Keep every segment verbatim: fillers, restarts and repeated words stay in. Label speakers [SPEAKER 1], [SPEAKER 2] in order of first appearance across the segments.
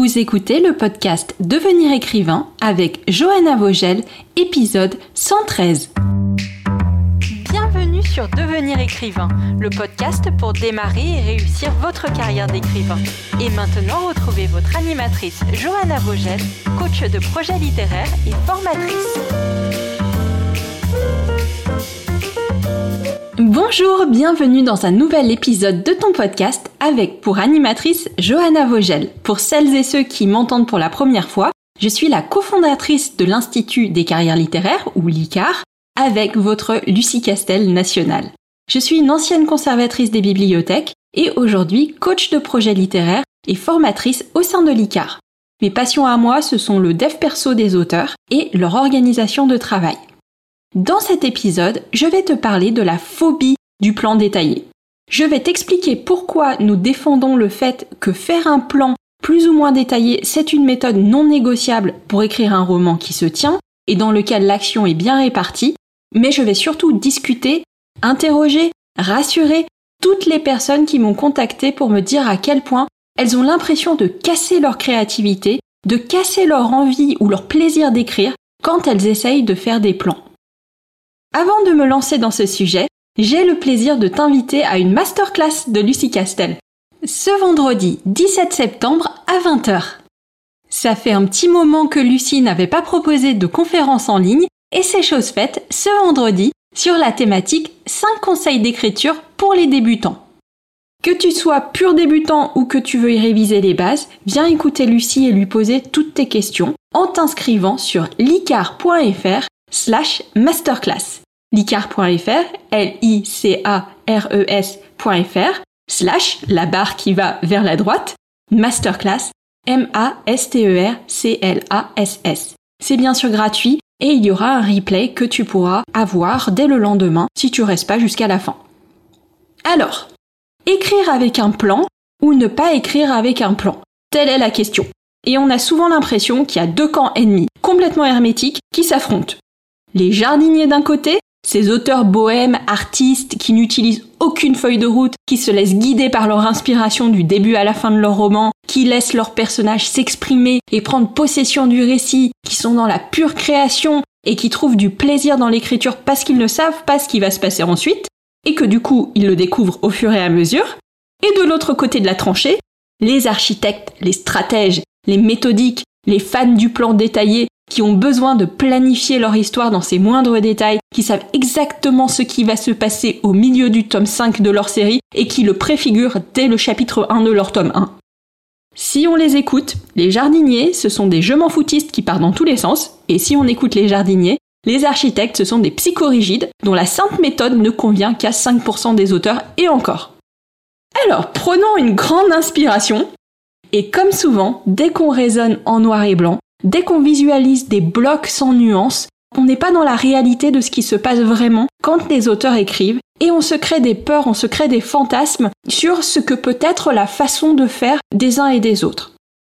[SPEAKER 1] Vous écoutez le podcast Devenir écrivain avec Johanna Vogel, épisode cent treize. Bienvenue sur Devenir écrivain, le podcast pour démarrer et réussir votre carrière d'écrivain. Et maintenant, retrouvez votre animatrice Johanna Vogel, coach de projets littéraires et formatrice. Bonjour, bienvenue dans un nouvel épisode de ton podcast avec pour animatrice Johanna Vogel. Pour celles et ceux qui m'entendent pour la première fois, je suis la cofondatrice de l'Institut des carrières littéraires, ou l'I C A R, avec votre Lucie Castel nationale. Je suis une ancienne conservatrice des bibliothèques et aujourd'hui coach de projets littéraires et formatrice au sein de l'I C A R. Mes passions à moi, ce sont le dev perso des auteurs et leur organisation de travail. Dans cet épisode, je vais te parler de la phobie du plan détaillé. Je vais t'expliquer pourquoi nous défendons le fait que faire un plan plus ou moins détaillé, c'est une méthode non négociable pour écrire un roman qui se tient et dans lequel l'action est bien répartie, mais je vais surtout discuter, interroger, rassurer toutes les personnes qui m'ont contacté pour me dire à quel point elles ont l'impression de casser leur créativité, de casser leur envie ou leur plaisir d'écrire quand elles essayent de faire des plans. Avant de me lancer dans ce sujet, j'ai le plaisir de t'inviter à une masterclass de Lucie Castel, ce vendredi dix-sept septembre à vingt heures. Ça fait un petit moment que Lucie n'avait pas proposé de conférence en ligne et c'est chose faite ce vendredi sur la thématique cinq conseils d'écriture pour les débutants. Que tu sois pur débutant ou que tu veuilles réviser les bases, viens écouter Lucie et lui poser toutes tes questions en t'inscrivant sur licar point fr slash masterclass. licar point fr, L I C A R E S point fr, slash, la barre qui va vers la droite, masterclass, M A S T E R C L A S S. C'est bien sûr gratuit et il y aura un replay que tu pourras avoir dès le lendemain si tu restes pas jusqu'à la fin. Alors, écrire avec un plan ou ne pas écrire avec un plan? Telle est la question. Et on a souvent l'impression qu'il y a deux camps ennemis, complètement hermétiques, qui s'affrontent. Les jardiniers d'un côté, ces auteurs bohèmes, artistes qui n'utilisent aucune feuille de route, qui se laissent guider par leur inspiration du début à la fin de leur roman, qui laissent leurs personnages s'exprimer et prendre possession du récit, qui sont dans la pure création et qui trouvent du plaisir dans l'écriture parce qu'ils ne savent pas ce qui va se passer ensuite, et que du coup ils le découvrent au fur et à mesure. Et de l'autre côté de la tranchée, les architectes, les stratèges, les méthodiques, les fans du plan détaillé, qui ont besoin de planifier leur histoire dans ses moindres détails, qui savent exactement ce qui va se passer au milieu du tome cinq de leur série et qui le préfigurent dès le chapitre un de leur tome un. Si on les écoute, les jardiniers, ce sont des je m'en foutistes qui partent dans tous les sens, et si on écoute les jardiniers, les architectes, ce sont des psychorigides dont la sainte méthode ne convient qu'à cinq pour cent des auteurs et encore. Alors, prenons une grande inspiration, et comme souvent, dès qu'on raisonne en noir et blanc, dès qu'on visualise des blocs sans nuances, on n'est pas dans la réalité de ce qui se passe vraiment quand les auteurs écrivent et on se crée des peurs, on se crée des fantasmes sur ce que peut être la façon de faire des uns et des autres.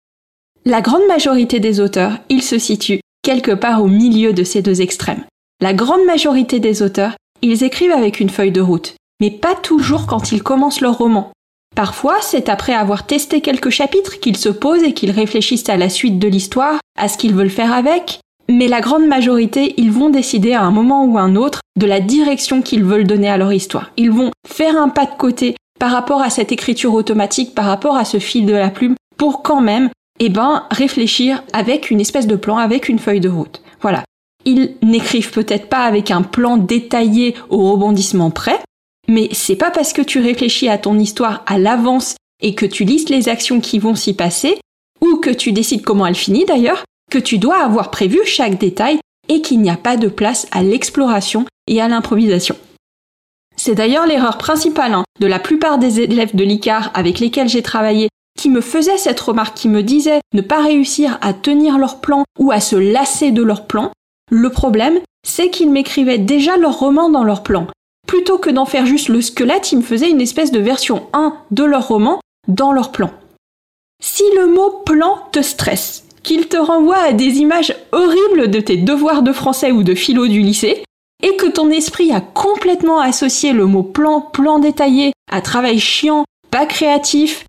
[SPEAKER 1] La grande majorité des auteurs, ils se situent quelque part au milieu de ces deux extrêmes. La grande majorité des auteurs, ils écrivent avec une feuille de route, mais pas toujours quand ils commencent leur roman. Parfois, c'est après avoir testé quelques chapitres qu'ils se posent et qu'ils réfléchissent à la suite de l'histoire, à ce qu'ils veulent faire avec, mais la grande majorité, ils vont décider à un moment ou à un autre de la direction qu'ils veulent donner à leur histoire. Ils vont faire un pas de côté par rapport à cette écriture automatique, par rapport à ce fil de la plume, pour quand même, eh ben, réfléchir avec une espèce de plan, avec une feuille de route. Voilà. Ils n'écrivent peut-être pas avec un plan détaillé au rebondissement près, mais c'est pas parce que tu réfléchis à ton histoire à l'avance et que tu listes les actions qui vont s'y passer, ou que tu décides comment elle finit d'ailleurs, que tu dois avoir prévu chaque détail et qu'il n'y a pas de place à l'exploration et à l'improvisation. C'est d'ailleurs l'erreur principale hein, de la plupart des élèves de l'I C A R avec lesquels j'ai travaillé qui me faisaient cette remarque, qui me disaient ne pas réussir à tenir leur plan ou à se lasser de leur plan. Le problème, c'est qu'ils m'écrivaient déjà leur roman dans leur plan. Plutôt que d'en faire juste le squelette, ils me faisaient une espèce de version un de leur roman dans leur plan. Si le mot plan te stresse, qu'il te renvoie à des images horribles de tes devoirs de français ou de philo du lycée, et que ton esprit a complètement associé le mot plan, plan détaillé, à travail chiant, pas créatif,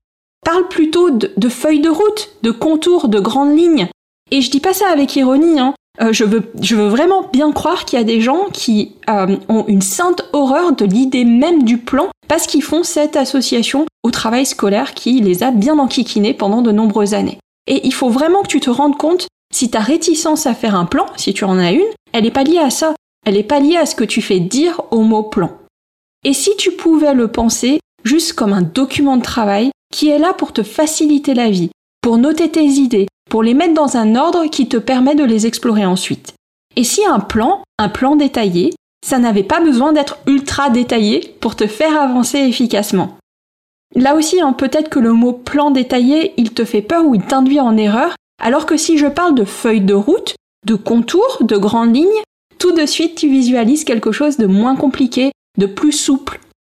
[SPEAKER 1] Parle plutôt de, de feuilles de route, de contours, de grandes lignes. Et je dis pas ça avec ironie, hein. Euh, je veux, je veux vraiment bien croire qu'il y a des gens qui euh, ont une sainte horreur de l'idée même du plan parce qu'ils font cette association au travail scolaire qui les a bien enquiquinés pendant de nombreuses années. Et il faut vraiment que tu te rendes compte, si ta réticence à faire un plan, si tu en as une, elle n'est pas liée à ça. Elle n'est pas liée à ce que tu fais dire au mot plan. Et si tu pouvais le penser juste comme un document de travail qui est là pour te faciliter la vie, pour noter tes idées, pour les mettre dans un ordre qui te permet de les explorer ensuite. Et si un plan, un plan détaillé, ça n'avait pas besoin d'être ultra détaillé pour te faire avancer efficacement. Là aussi, hein, peut-être que le mot plan détaillé, il te fait peur ou il t'induit en erreur, alors que si je parle de feuilles de route, de contours, de grandes lignes, tout de suite tu visualises quelque chose de moins compliqué, de plus souple.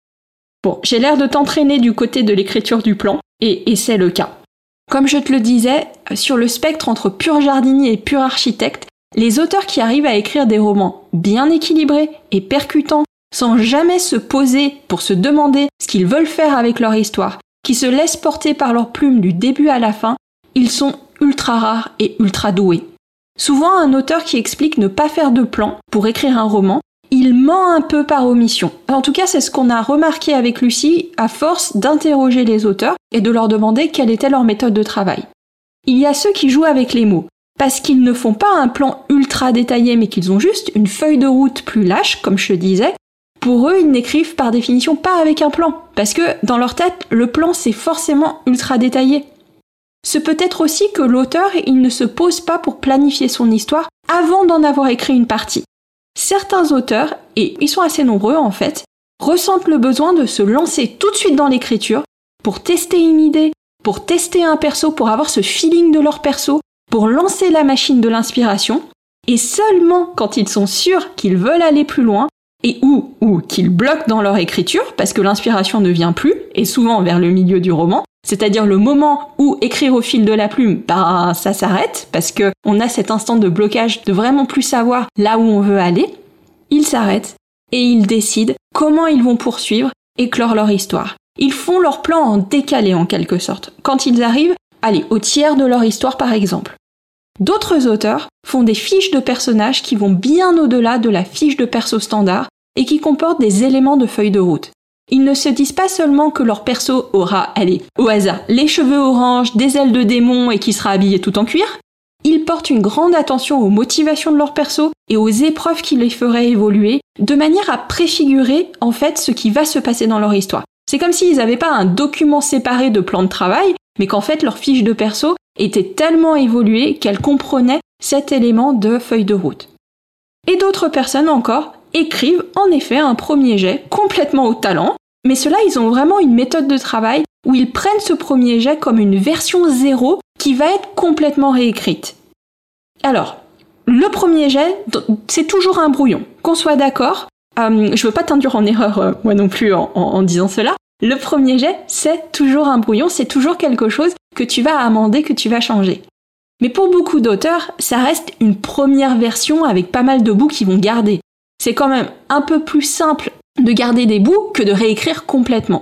[SPEAKER 1] Bon, j'ai l'air de t'entraîner du côté de l'écriture du plan, et, et c'est le cas. Comme je te le disais, sur le spectre entre pur jardinier et pur architecte, les auteurs qui arrivent à écrire des romans bien équilibrés et percutants, sans jamais se poser pour se demander ce qu'ils veulent faire avec leur histoire, qui se laissent porter par leur plume du début à la fin, ils sont ultra rares et ultra doués. Souvent, un auteur qui explique ne pas faire de plan pour écrire un roman, il ment un peu par omission. En tout cas, c'est ce qu'on a remarqué avec Lucie à force d'interroger les auteurs et de leur demander quelle était leur méthode de travail. Il y a ceux qui jouent avec les mots, parce qu'ils ne font pas un plan ultra détaillé, mais qu'ils ont juste une feuille de route plus lâche, comme je te disais. Pour eux, ils n'écrivent par définition pas avec un plan, parce que dans leur tête, le plan c'est forcément ultra détaillé. Ce peut être aussi que l'auteur, il ne se pose pas pour planifier son histoire avant d'en avoir écrit une partie. Certains auteurs, et ils sont assez nombreux en fait, ressentent le besoin de se lancer tout de suite dans l'écriture pour tester une idée, pour tester un perso, pour avoir ce feeling de leur perso, pour lancer la machine de l'inspiration, et seulement quand ils sont sûrs qu'ils veulent aller plus loin, et ou, ou qu'ils bloquent dans leur écriture, parce que l'inspiration ne vient plus, et souvent vers le milieu du roman, c'est-à-dire le moment où écrire au fil de la plume, bah ça s'arrête, parce que on a cet instant de blocage de vraiment plus savoir là où on veut aller, ils s'arrêtent et ils décident comment ils vont poursuivre et clore leur histoire. Ils font leur plan en décalé en quelque sorte, quand ils arrivent, allez, au tiers de leur histoire par exemple. D'autres auteurs font des fiches de personnages qui vont bien au-delà de la fiche de perso standard et qui comportent des éléments de feuille de route. Ils ne se disent pas seulement que leur perso aura, allez, au hasard, les cheveux orange, des ailes de démon et qui sera habillé tout en cuir. Ils portent une grande attention aux motivations de leur perso et aux épreuves qui les feraient évoluer, de manière à préfigurer, en fait, ce qui va se passer dans leur histoire. C'est comme s'ils n'avaient pas un document séparé de plan de travail, mais qu'en fait, leur fiche de perso était tellement évoluée qu'elle comprenait cet élément de feuille de route. Et d'autres personnes encore écrivent en effet un premier jet complètement au talent, mais ceux-là, ils ont vraiment une méthode de travail où ils prennent ce premier jet comme une version zéro qui va être complètement réécrite. Alors, le premier jet, c'est toujours un brouillon. Qu'on soit d'accord, euh, je veux pas t'induire en erreur, euh, moi non plus, en, en, en disant cela. Le premier jet, c'est toujours un brouillon, c'est toujours quelque chose que tu vas amender, que tu vas changer. Mais pour beaucoup d'auteurs, ça reste une première version avec pas mal de bouts qu'ils vont garder. C'est quand même un peu plus simple de garder des bouts que de réécrire complètement.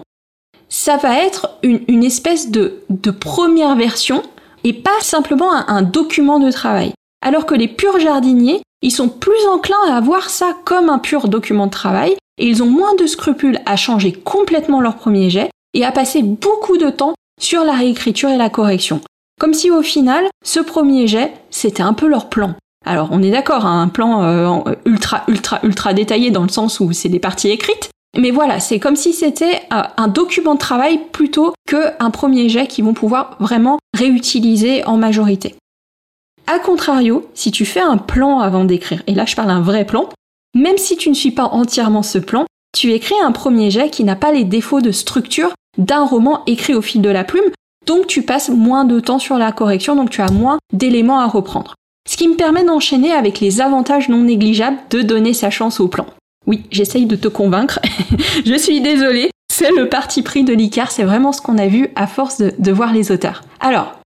[SPEAKER 1] Ça va être une, une espèce de, de première version et pas simplement un, un document de travail. Alors que les purs jardiniers, ils sont plus enclins à voir ça comme un pur document de travail et ils ont moins de scrupules à changer complètement leur premier jet et à passer beaucoup de temps sur la réécriture et la correction. Comme si au final, ce premier jet, c'était un peu leur plan. Alors on est d'accord, hein, un plan euh, ultra ultra ultra détaillé dans le sens où c'est des parties écrites, mais voilà, c'est comme si c'était euh, un document de travail plutôt qu'un premier jet qu'ils vont pouvoir vraiment réutiliser en majorité. A contrario, si tu fais un plan avant d'écrire, et là je parle d'un vrai plan, même si tu ne suis pas entièrement ce plan, tu écris un premier jet qui n'a pas les défauts de structure d'un roman écrit au fil de la plume, donc tu passes moins de temps sur la correction, donc tu as moins d'éléments à reprendre. Ce qui me permet d'enchaîner avec les avantages non négligeables de donner sa chance au plan. Oui, j'essaye de te convaincre, je suis désolée, c'est le parti pris de l'Icare, c'est vraiment ce qu'on a vu à force de, de voir les auteurs. Alors,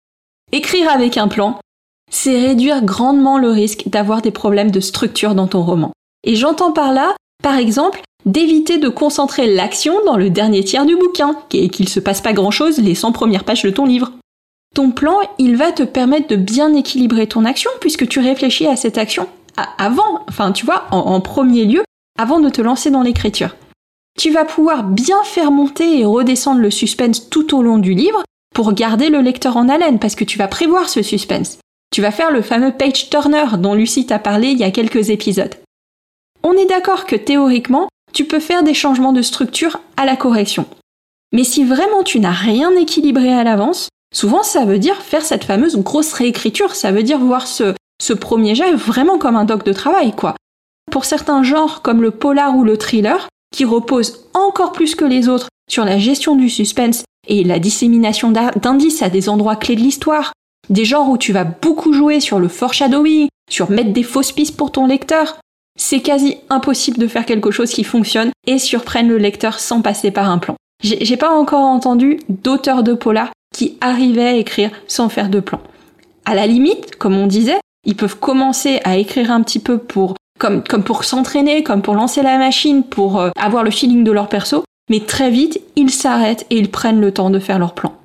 [SPEAKER 1] écrire avec un plan, c'est réduire grandement le risque d'avoir des problèmes de structure dans ton roman. Et j'entends par là Par exemple, d'éviter de concentrer l'action dans le dernier tiers du bouquin, et qu'il ne se passe pas grand-chose les cent premières pages de ton livre. Ton plan, il va te permettre de bien équilibrer ton action, puisque tu réfléchis à cette action avant, enfin tu vois, en, en premier lieu, avant de te lancer dans l'écriture. Tu vas pouvoir bien faire monter et redescendre le suspense tout au long du livre pour garder le lecteur en haleine, parce que tu vas prévoir ce suspense. Tu vas faire le fameux page turner dont Lucie t'a parlé il y a quelques épisodes. On est d'accord que théoriquement, tu peux faire des changements de structure à la correction. Mais si vraiment tu n'as rien équilibré à l'avance, souvent ça veut dire faire cette fameuse grosse réécriture, ça veut dire voir ce, ce premier jet vraiment comme un doc de travail, quoi. Pour certains genres comme le polar ou le thriller, qui reposent encore plus que les autres sur la gestion du suspense et la dissémination d'indices à des endroits clés de l'histoire, des genres où tu vas beaucoup jouer sur le foreshadowing, sur mettre des fausses pistes pour ton lecteur, c'est quasi impossible de faire quelque chose qui fonctionne et surprenne le lecteur sans passer par un plan. J'ai, j'ai pas encore entendu d'auteurs de polar qui arrivaient à écrire sans faire de plan. À la limite, comme on disait, ils peuvent commencer à écrire un petit peu pour, comme, comme pour s'entraîner, comme pour lancer la machine, pour euh, avoir le feeling de leur perso, mais très vite, ils s'arrêtent et ils prennent le temps de faire leur plan.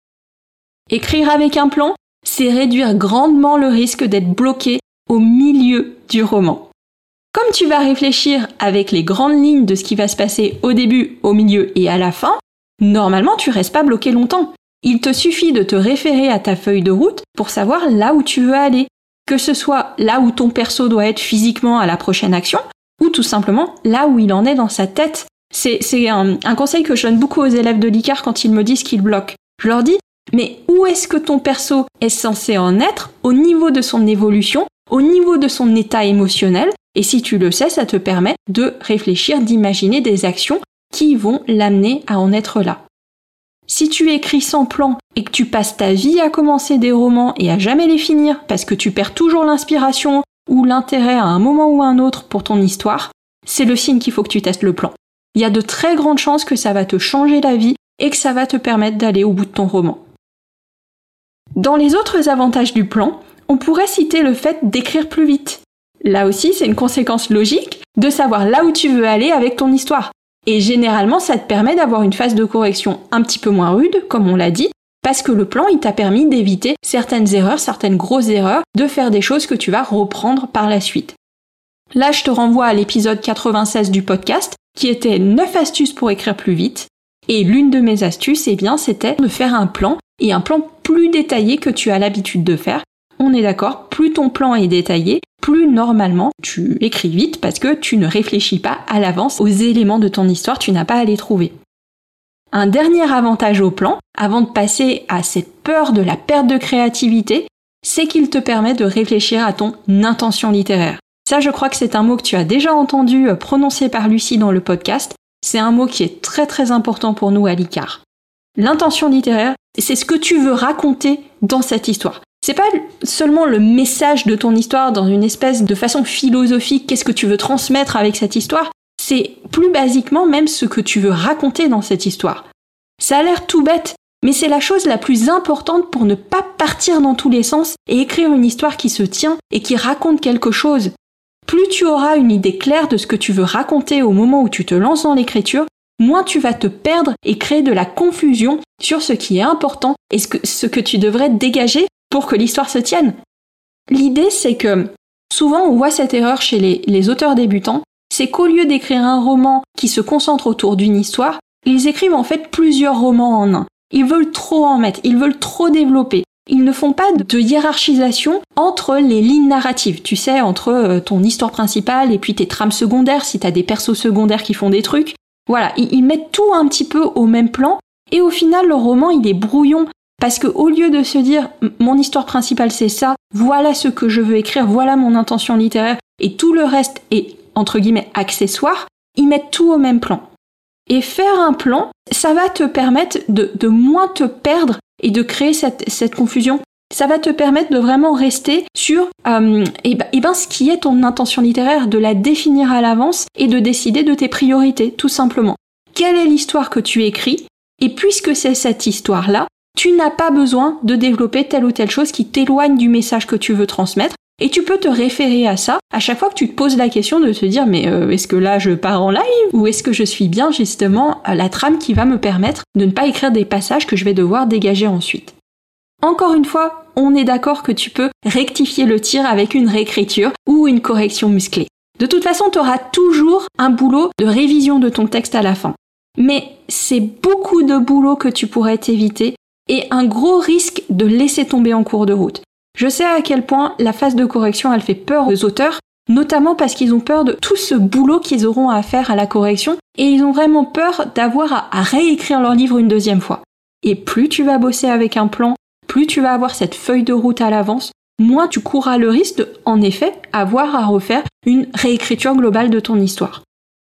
[SPEAKER 1] Écrire avec un plan, c'est réduire grandement le risque d'être bloqué au milieu du roman. Comme tu vas réfléchir avec les grandes lignes de ce qui va se passer au début, au milieu et à la fin, normalement tu restes pas bloqué longtemps. Il te suffit de te référer à ta feuille de route pour savoir là où tu veux aller, que ce soit là où ton perso doit être physiquement à la prochaine action, ou tout simplement là où il en est dans sa tête. C'est, c'est un, un conseil que je donne beaucoup aux élèves de l'I C A R quand ils me disent qu'ils bloquent. Je leur dis, mais où est-ce que ton perso est censé en être au niveau de son évolution, au niveau de son état émotionnel? Et si tu le sais, ça te permet de réfléchir, d'imaginer des actions qui vont l'amener à en être là. Si tu écris sans plan et que tu passes ta vie à commencer des romans et à jamais les finir parce que tu perds toujours l'inspiration ou l'intérêt à un moment ou à un autre pour ton histoire, c'est le signe qu'il faut que tu testes le plan. Il y a de très grandes chances que ça va te changer la vie et que ça va te permettre d'aller au bout de ton roman. Dans les autres avantages du plan, on pourrait citer le fait d'écrire plus vite. Là aussi, c'est une conséquence logique de savoir là où tu veux aller avec ton histoire. Et généralement, ça te permet d'avoir une phase de correction un petit peu moins rude, comme on l'a dit, parce que le plan, il t'a permis d'éviter certaines erreurs, certaines grosses erreurs, de faire des choses que tu vas reprendre par la suite. Là, je te renvoie à l'épisode quatre-vingt-seize du podcast, qui était neuf astuces pour écrire plus vite. Et l'une de mes astuces, eh bien, c'était de faire un plan, et un plan plus détaillé que tu as l'habitude de faire. On est d'accord, plus ton plan est détaillé, plus normalement tu écris vite parce que tu ne réfléchis pas à l'avance aux éléments de ton histoire, tu n'as pas à les trouver. Un dernier avantage au plan, avant de passer à cette peur de la perte de créativité, c'est qu'il te permet de réfléchir à ton intention littéraire. Ça, je crois que c'est un mot que tu as déjà entendu prononcé par Lucie dans le podcast. C'est un mot qui est très très important pour nous à l'I C A R. L'intention littéraire, c'est ce que tu veux raconter dans cette histoire. C'est pas seulement le message de ton histoire dans une espèce de façon philosophique, qu'est-ce que tu veux transmettre avec cette histoire, c'est plus basiquement même ce que tu veux raconter dans cette histoire. Ça a l'air tout bête, mais c'est la chose la plus importante pour ne pas partir dans tous les sens et écrire une histoire qui se tient et qui raconte quelque chose. Plus tu auras une idée claire de ce que tu veux raconter au moment où tu te lances dans l'écriture, moins tu vas te perdre et créer de la confusion sur ce qui est important et ce que, ce que tu devrais dégager pour que l'histoire se tienne. L'idée, c'est que souvent on voit cette erreur chez les, les auteurs débutants, c'est qu'au lieu d'écrire un roman qui se concentre autour d'une histoire, ils écrivent en fait plusieurs romans en un. Ils veulent trop en mettre, ils veulent trop développer. Ils ne font pas de hiérarchisation entre les lignes narratives, tu sais, entre ton histoire principale et puis tes trames secondaires, si t'as des persos secondaires qui font des trucs. Voilà, ils, ils mettent tout un petit peu au même plan, et au final, le roman, il est brouillon. Parce que au lieu de se dire « mon histoire principale c'est ça, voilà ce que je veux écrire, voilà mon intention littéraire » et tout le reste est entre guillemets accessoire, ils mettent tout au même plan. Et faire un plan, ça va te permettre de, de moins te perdre et de créer cette, cette confusion. Ça va te permettre de vraiment rester sur euh, et ben, et ben, ce qui est ton intention littéraire, de la définir à l'avance et de décider de tes priorités, tout simplement. Quelle est l'histoire que tu écris? Et puisque c'est cette histoire-là, tu n'as pas besoin de développer telle ou telle chose qui t'éloigne du message que tu veux transmettre, Et tu peux te référer à ça à chaque fois que tu te poses la question de te dire mais euh, est-ce que là je pars en live ou est-ce que je suis bien justement à la trame qui va me permettre de ne pas écrire des passages que je vais devoir dégager ensuite. Encore une fois, on est d'accord que tu peux rectifier le tir avec une réécriture ou une correction musclée. De toute façon, tu auras toujours un boulot de révision de ton texte à la fin. Mais c'est beaucoup de boulot que tu pourrais t'éviter et un gros risque de laisser tomber en cours de route. Je sais à quel point la phase de correction, elle fait peur aux auteurs, notamment parce qu'ils ont peur de tout ce boulot qu'ils auront à faire à la correction et ils ont vraiment peur d'avoir à, à réécrire leur livre une deuxième fois. Et plus tu vas bosser avec un plan, plus tu vas avoir cette feuille de route à l'avance, moins tu courras le risque de, en effet, avoir à refaire une réécriture globale de ton histoire.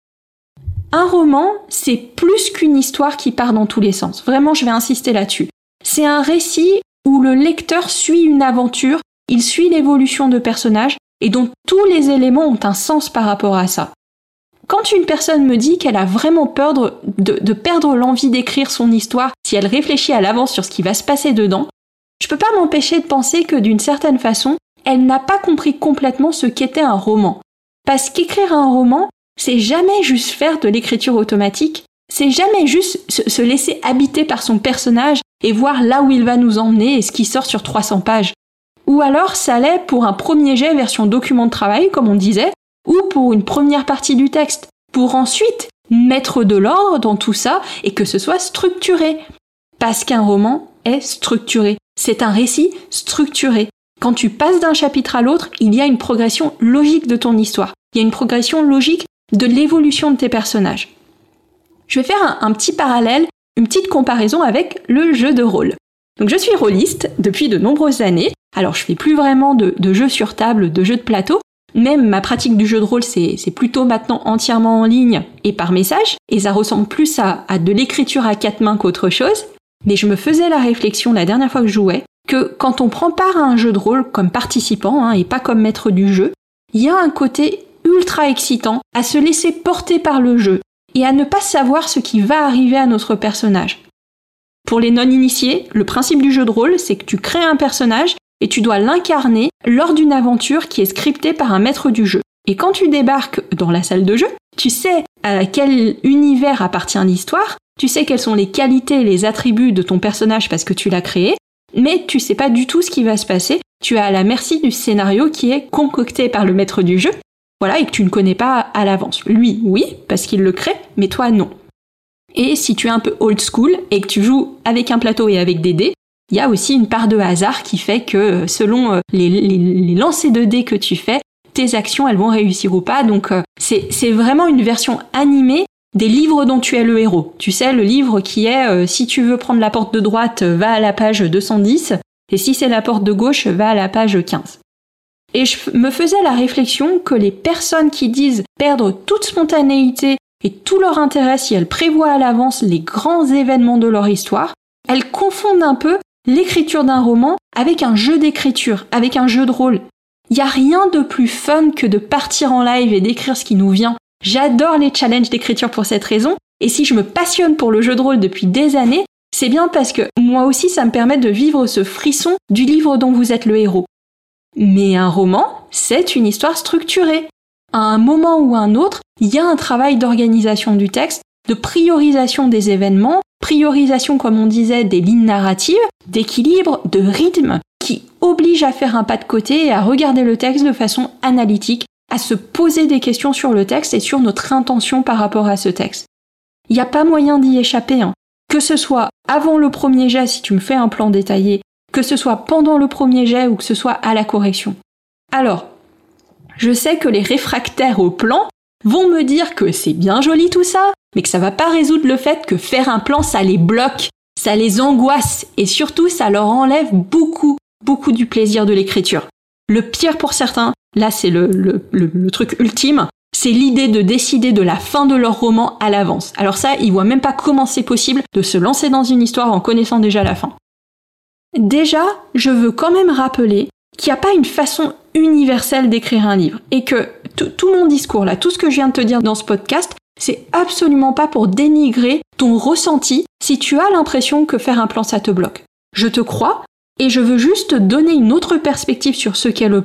[SPEAKER 1] Un roman, c'est plus qu'une histoire qui part dans tous les sens. Vraiment, je vais insister là-dessus. C'est un récit où le lecteur suit une aventure, il suit l'évolution de personnages et dont tous les éléments ont un sens par rapport à ça. Quand une personne me dit qu'elle a vraiment peur de, de, de perdre l'envie d'écrire son histoire si elle réfléchit à l'avance sur ce qui va se passer dedans, je peux pas m'empêcher de penser que d'une certaine façon, elle n'a pas compris complètement ce qu'était un roman. Parce qu'écrire un roman, c'est jamais juste faire de l'écriture automatique, c'est jamais juste se, se laisser habiter par son personnage et voir là où il va nous emmener et ce qui sort sur trois cents pages. Ou alors ça l'est pour un premier jet version document de travail, comme on disait, ou pour une première partie du texte, pour ensuite mettre de l'ordre dans tout ça et que ce soit structuré. Parce qu'un roman est structuré. C'est un récit structuré. Quand tu passes d'un chapitre à l'autre, il y a une progression logique de ton histoire. Il y a une progression logique de l'évolution de tes personnages. Je vais faire un, un petit parallèle, une petite comparaison avec le jeu de rôle. Donc je suis rôliste depuis de nombreuses années. Alors je fais plus vraiment de, de jeux sur table, de jeux de plateau. Même ma pratique du jeu de rôle, c'est, c'est plutôt maintenant entièrement en ligne et par message. Et ça ressemble plus à, à de l'écriture à quatre mains qu'autre chose. Mais je me faisais la réflexion la dernière fois que je jouais, que quand on prend part à un jeu de rôle comme participant hein, et pas comme maître du jeu, il y a un côté ultra excitant à se laisser porter par le jeu et à ne pas savoir ce qui va arriver à notre personnage. Pour les non-initiés, le principe du jeu de rôle, c'est que tu crées un personnage et tu dois l'incarner lors d'une aventure qui est scriptée par un maître du jeu. Et quand tu débarques dans la salle de jeu, tu sais à quel univers appartient l'histoire, tu sais quelles sont les qualités et les attributs de ton personnage parce que tu l'as créé, mais tu sais pas du tout ce qui va se passer. Tu es à la merci du scénario qui est concocté par le maître du jeu, voilà, et que tu ne connais pas à l'avance. Lui, oui, parce qu'il le crée, mais toi, non. Et si tu es un peu old school et que tu joues avec un plateau et avec des dés, il y a aussi une part de hasard qui fait que selon les, les, les lancers de dés que tu fais, tes actions, elles vont réussir ou pas. Donc c'est, c'est vraiment une version animée des livres dont tu es le héros. Tu sais, le livre qui est euh, si tu veux prendre la porte de droite, va à la page deux cent dix, et si c'est la porte de gauche, va à la page quinze. Et je me faisais la réflexion que les personnes qui disent perdre toute spontanéité et tout leur intérêt si elles prévoient à l'avance les grands événements de leur histoire, elles confondent un peu l'écriture d'un roman avec un jeu d'écriture, avec un jeu de rôle. Il n'y a rien de plus fun que de partir en live et d'écrire ce qui nous vient. J'adore les challenges d'écriture pour cette raison, et si je me passionne pour le jeu de rôle depuis des années, c'est bien parce que moi aussi ça me permet de vivre ce frisson du livre dont vous êtes le héros. Mais un roman, c'est une histoire structurée. À un moment ou à un autre, il y a un travail d'organisation du texte, de priorisation des événements, priorisation, comme on disait, des lignes narratives, d'équilibre, de rythme, qui oblige à faire un pas de côté et à regarder le texte de façon analytique, à se poser des questions sur le texte et sur notre intention par rapport à ce texte. Il n'y a pas moyen d'y échapper, hein. Que ce soit avant le premier jet si tu me fais un plan détaillé, que ce soit pendant le premier jet ou que ce soit à la correction. Alors, je sais que les réfractaires au plan vont me dire que c'est bien joli tout ça, mais que ça va pas résoudre le fait que faire un plan, ça les bloque, ça les angoisse et surtout ça leur enlève beaucoup, beaucoup du plaisir de l'écriture. Le pire pour certains, là c'est le, le, le, le truc ultime, c'est l'idée de décider de la fin de leur roman à l'avance. Alors ça, ils voient même pas comment c'est possible de se lancer dans une histoire en connaissant déjà la fin. Déjà, je veux quand même rappeler qu'il n'y a pas une façon universelle d'écrire un livre et que t- tout mon discours là, tout ce que je viens de te dire dans ce podcast, c'est absolument pas pour dénigrer ton ressenti si tu as l'impression que faire un plan ça te bloque. Je te crois et je veux juste te donner une autre perspective sur ce qu'est le plan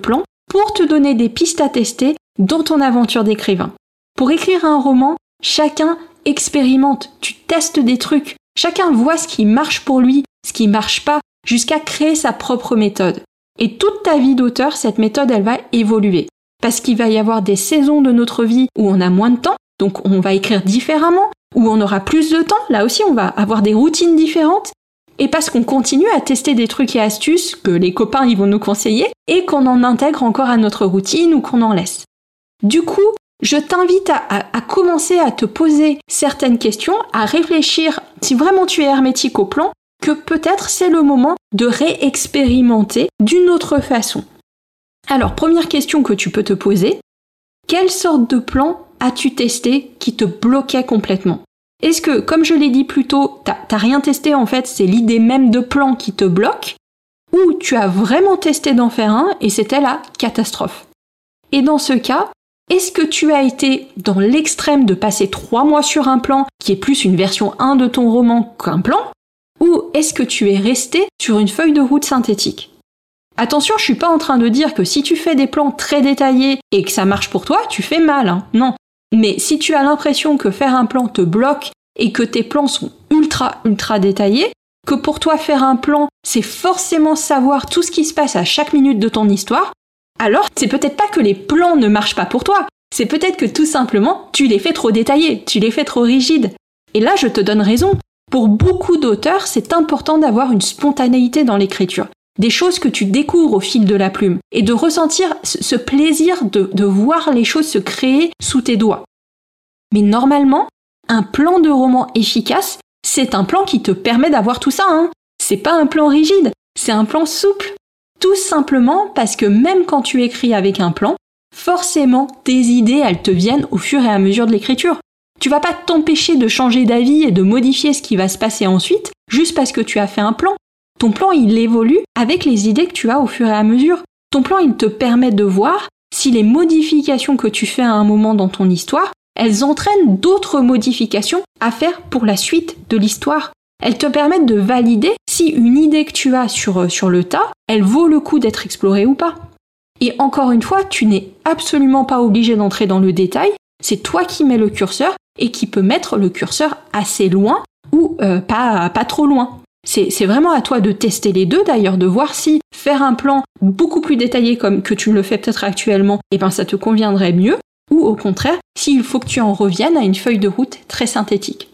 [SPEAKER 1] pour te donner des pistes à tester dans ton aventure d'écrivain. Pour écrire un roman, chacun expérimente, tu testes des trucs, chacun voit ce qui marche pour lui, ce qui marche pas, jusqu'à créer sa propre méthode. Et toute ta vie d'auteur, cette méthode, elle va évoluer. Parce qu'il va y avoir des saisons de notre vie où on a moins de temps, donc on va écrire différemment, où on aura plus de temps, là aussi on va avoir des routines différentes, et parce qu'on continue à tester des trucs et astuces que les copains ils vont nous conseiller, et qu'on en intègre encore à notre routine ou qu'on en laisse. Du coup, je t'invite à, à, à commencer à te poser certaines questions, à réfléchir, si vraiment tu es hermétique au plan, que peut-être c'est le moment de réexpérimenter d'une autre façon. Alors, première question que tu peux te poser, quelle sorte de plan as-tu testé qui te bloquait complètement ? Est-ce que, comme je l'ai dit plus tôt, t'as, t'as rien testé en fait, c'est l'idée même de plan qui te bloque, ou tu as vraiment testé d'en faire un et c'était la catastrophe ? Et dans ce cas, est-ce que tu as été dans l'extrême de passer trois mois sur un plan qui est plus une version un de ton roman qu'un plan ? Ou est-ce que tu es resté sur une feuille de route synthétique ? Attention, je suis pas en train de dire que si tu fais des plans très détaillés et que ça marche pour toi, tu fais mal, hein. Non. Mais si tu as l'impression que faire un plan te bloque et que tes plans sont ultra, ultra détaillés, que pour toi faire un plan, c'est forcément savoir tout ce qui se passe à chaque minute de ton histoire, alors c'est peut-être pas que les plans ne marchent pas pour toi, c'est peut-être que tout simplement, tu les fais trop détaillés, tu les fais trop rigides. Et là, je te donne raison. Pour beaucoup d'auteurs, c'est important d'avoir une spontanéité dans l'écriture. Des choses que tu découvres au fil de la plume et de ressentir ce plaisir de, de voir les choses se créer sous tes doigts. Mais normalement, un plan de roman efficace, c'est un plan qui te permet d'avoir tout ça, hein. C'est pas un plan rigide, c'est un plan souple. Tout simplement parce que même quand tu écris avec un plan, forcément, tes idées, elles te viennent au fur et à mesure de l'écriture. Tu vas pas t'empêcher de changer d'avis et de modifier ce qui va se passer ensuite juste parce que tu as fait un plan. Ton plan, il évolue avec les idées que tu as au fur et à mesure. Ton plan, il te permet de voir si les modifications que tu fais à un moment dans ton histoire, elles entraînent d'autres modifications à faire pour la suite de l'histoire. Elles te permettent de valider si une idée que tu as sur, sur le tas, elle vaut le coup d'être explorée ou pas. Et encore une fois, tu n'es absolument pas obligé d'entrer dans le détail, c'est toi qui mets le curseur et qui peut mettre le curseur assez loin ou euh, pas, pas trop loin. C'est, c'est vraiment à toi de tester les deux d'ailleurs, de voir si faire un plan beaucoup plus détaillé comme que tu le fais peut-être actuellement, eh ben ça te conviendrait mieux, ou au contraire, s'il faut que tu en reviennes à une feuille de route très synthétique.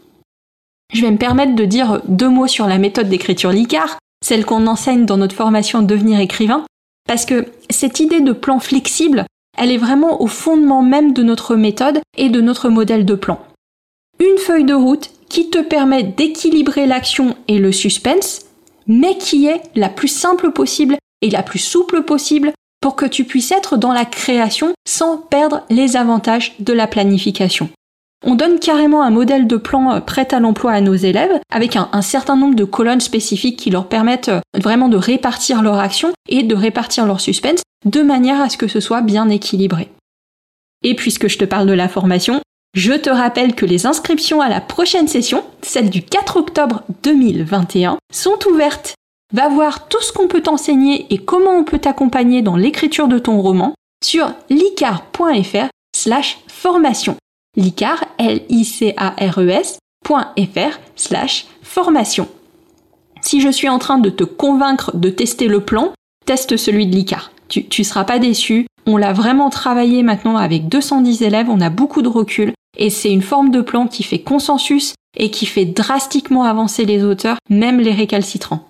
[SPEAKER 1] Je vais me permettre de dire deux mots sur la méthode d'écriture Licard, celle qu'on enseigne dans notre formation Devenir écrivain, parce que cette idée de plan flexible, elle est vraiment au fondement même de notre méthode et de notre modèle de plan. Une feuille de route qui te permet d'équilibrer l'action et le suspense, mais qui est la plus simple possible et la plus souple possible pour que tu puisses être dans la création sans perdre les avantages de la planification. On donne carrément un modèle de plan prêt à l'emploi à nos élèves avec un, un certain nombre de colonnes spécifiques qui leur permettent vraiment de répartir leur action et de répartir leur suspense de manière à ce que ce soit bien équilibré. Et puisque je te parle de la formation, je te rappelle que les inscriptions à la prochaine session, celle du quatre octobre deux mille vingt et un, sont ouvertes. Va voir tout ce qu'on peut t'enseigner et comment on peut t'accompagner dans l'écriture de ton roman sur licard.fr slash formation. Licard, L I C A R E S, .fr slash formation. Si je suis en train de te convaincre de tester le plan, teste celui de Licard. Tu, tu seras pas déçu. On l'a vraiment travaillé maintenant avec deux cent dix élèves, on a beaucoup de recul et c'est une forme de plan qui fait consensus et qui fait drastiquement avancer les auteurs, même les récalcitrants.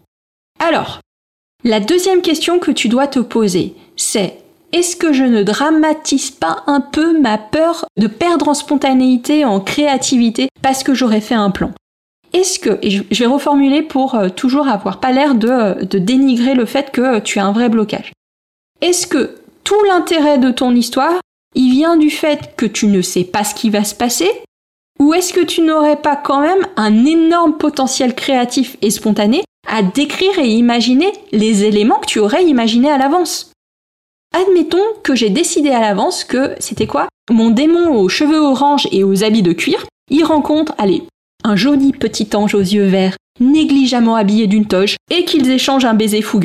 [SPEAKER 1] Alors, la deuxième question que tu dois te poser, c'est est-ce que je ne dramatise pas un peu ma peur de perdre en spontanéité, en créativité, parce que j'aurais fait un plan ? Est-ce que, et je vais reformuler pour euh, toujours avoir pas l'air de, de dénigrer le fait que euh, tu as un vrai blocage. Est-ce que tout l'intérêt de ton histoire, il vient du fait que tu ne sais pas ce qui va se passer ? Ou est-ce que tu n'aurais pas quand même un énorme potentiel créatif et spontané à décrire et imaginer les éléments que tu aurais imaginés à l'avance ? Admettons que j'ai décidé à l'avance que, c'était quoi ? Mon démon aux cheveux orange et aux habits de cuir, il rencontre, allez, un joli petit ange aux yeux verts, négligemment habillé d'une toge, et qu'ils échangent un baiser fougueux.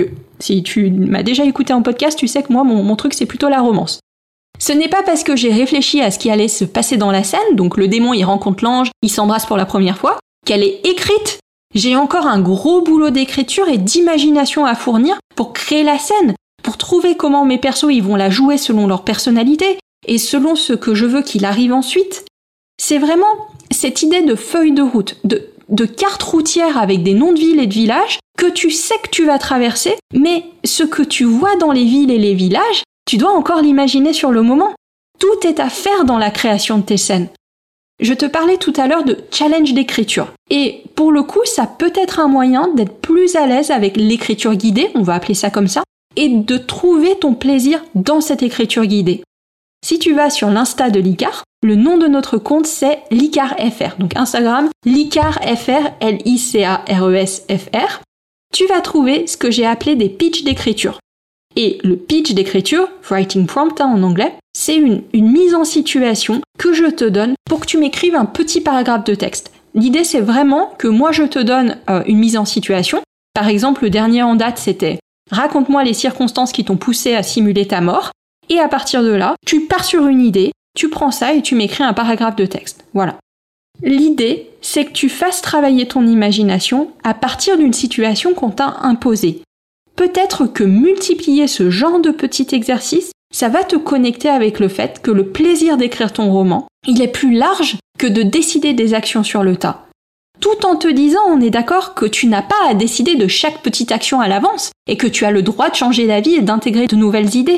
[SPEAKER 1] Si tu m'as déjà écouté en podcast, tu sais que moi, mon, mon truc, c'est plutôt la romance. Ce n'est pas parce que j'ai réfléchi à ce qui allait se passer dans la scène, donc le démon, il rencontre l'ange, il s'embrasse pour la première fois, qu'elle est écrite. J'ai encore un gros boulot d'écriture et d'imagination à fournir pour créer la scène, pour trouver comment mes persos, ils vont la jouer selon leur personnalité et selon ce que je veux qu'il arrive ensuite. C'est vraiment cette idée de feuille de route, de, de carte routière avec des noms de villes et de villages que tu sais que tu vas traverser, mais ce que tu vois dans les villes et les villages, tu dois encore l'imaginer sur le moment. Tout est à faire dans la création de tes scènes. Je te parlais tout à l'heure de challenge d'écriture. Et pour le coup, ça peut être un moyen d'être plus à l'aise avec l'écriture guidée, on va appeler ça comme ça, et de trouver ton plaisir dans cette écriture guidée. Si tu vas sur l'Insta de l'Icar, le nom de notre compte c'est l'IcarFR. Donc Instagram, l'IcarFR, L I C A R E S F R. Tu vas trouver ce que j'ai appelé des pitchs d'écriture. Et le pitch d'écriture, writing prompt hein, en anglais, c'est une, une mise en situation que je te donne pour que tu m'écrives un petit paragraphe de texte. L'idée, c'est vraiment que moi, je te donne euh, une mise en situation. Par exemple, le dernier en date, c'était « Raconte-moi les circonstances qui t'ont poussé à simuler ta mort ». Et à partir de là, tu pars sur une idée, tu prends ça et tu m'écris un paragraphe de texte. Voilà. L'idée, c'est que tu fasses travailler ton imagination à partir d'une situation qu'on t'a imposée. Peut-être que multiplier ce genre de petit exercice, ça va te connecter avec le fait que le plaisir d'écrire ton roman, il est plus large que de décider des actions sur le tas. Tout en te disant, on est d'accord que tu n'as pas à décider de chaque petite action à l'avance et que tu as le droit de changer d'avis et d'intégrer de nouvelles idées.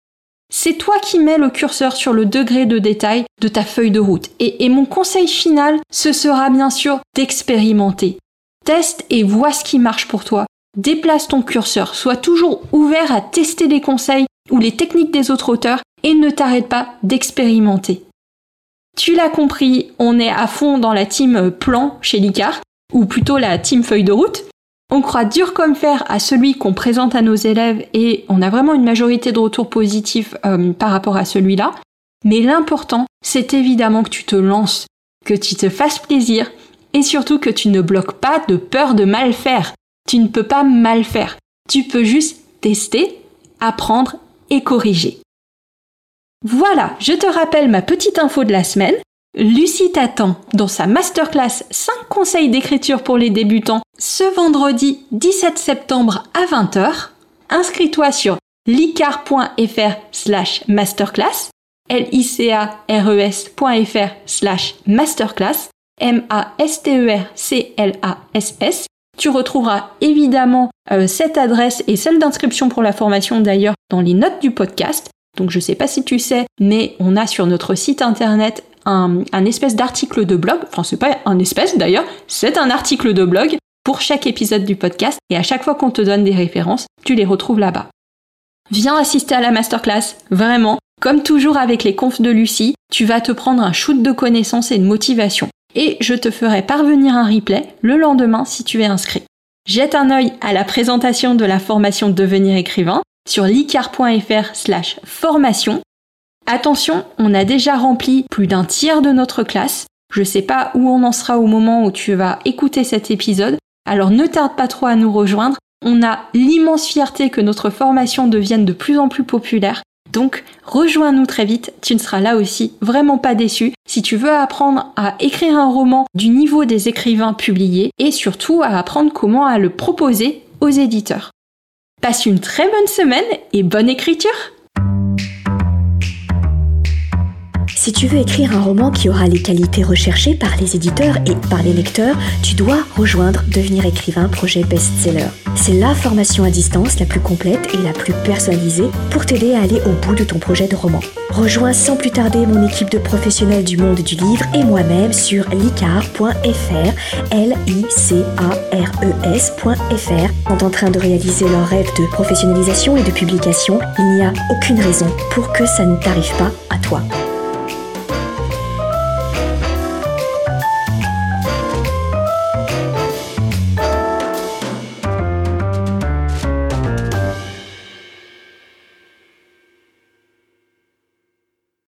[SPEAKER 1] C'est toi qui mets le curseur sur le degré de détail de ta feuille de route. Et, et mon conseil final, ce sera bien sûr d'expérimenter. Teste et vois ce qui marche pour toi. Déplace ton curseur, sois toujours ouvert à tester les conseils ou les techniques des autres auteurs et ne t'arrête pas d'expérimenter. Tu l'as compris, on est à fond dans la team plan chez l'Icar, ou plutôt la team feuille de route. On croit dur comme fer à celui qu'on présente à nos élèves et on a vraiment une majorité de retours positifs euh, par rapport à celui-là. Mais l'important, c'est évidemment que tu te lances, que tu te fasses plaisir et surtout que tu ne bloques pas de peur de mal faire. Tu ne peux pas mal faire. Tu peux juste tester, apprendre et corriger. Voilà, je te rappelle ma petite info de la semaine. Lucie t'attend dans sa masterclass cinq conseils d'écriture pour les débutants ce vendredi dix-sept septembre à vingt heures. Inscris-toi sur licar.fr slash masterclass, L-I-C-A-R-E-S.fr slash masterclass, M-A-S-T-E-R-C-L-A-S-S. Tu retrouveras évidemment euh, cette adresse et celle d'inscription pour la formation d'ailleurs dans les notes du podcast. Donc je ne sais pas si tu sais, mais on a sur notre site internet un, un espèce d'article de blog. Enfin, c'est pas un espèce d'ailleurs, c'est un article de blog pour chaque épisode du podcast. Et à chaque fois qu'on te donne des références, tu les retrouves là-bas. Viens assister à la masterclass, vraiment. Comme toujours avec les confs de Lucie, tu vas te prendre un shoot de connaissances et de motivation. Et je te ferai parvenir un replay le lendemain si tu es inscrit. Jette un œil à la présentation de la formation Devenir écrivain sur licar.fr slash formation. Attention, on a déjà rempli plus d'un tiers de notre classe. Je sais pas où on en sera au moment où tu vas écouter cet épisode, alors ne tarde pas trop à nous rejoindre. On a l'immense fierté que notre formation devienne de plus en plus populaire. Donc, rejoins-nous très vite, tu ne seras là aussi vraiment pas déçu si tu veux apprendre à écrire un roman du niveau des écrivains publiés et surtout à apprendre comment à le proposer aux éditeurs. Passe une très bonne semaine et bonne écriture!
[SPEAKER 2] Si tu veux écrire un roman qui aura les qualités recherchées par les éditeurs et par les lecteurs, tu dois rejoindre Devenir écrivain projet best-seller. C'est la formation à distance la plus complète et la plus personnalisée pour t'aider à aller au bout de ton projet de roman. Rejoins sans plus tarder mon équipe de professionnels du monde du livre et moi-même sur licar.fr, L I C A R E S.fr. sont en train de réaliser leur rêve de professionnalisation et de publication. Il n'y a aucune raison pour que ça ne t'arrive pas à toi.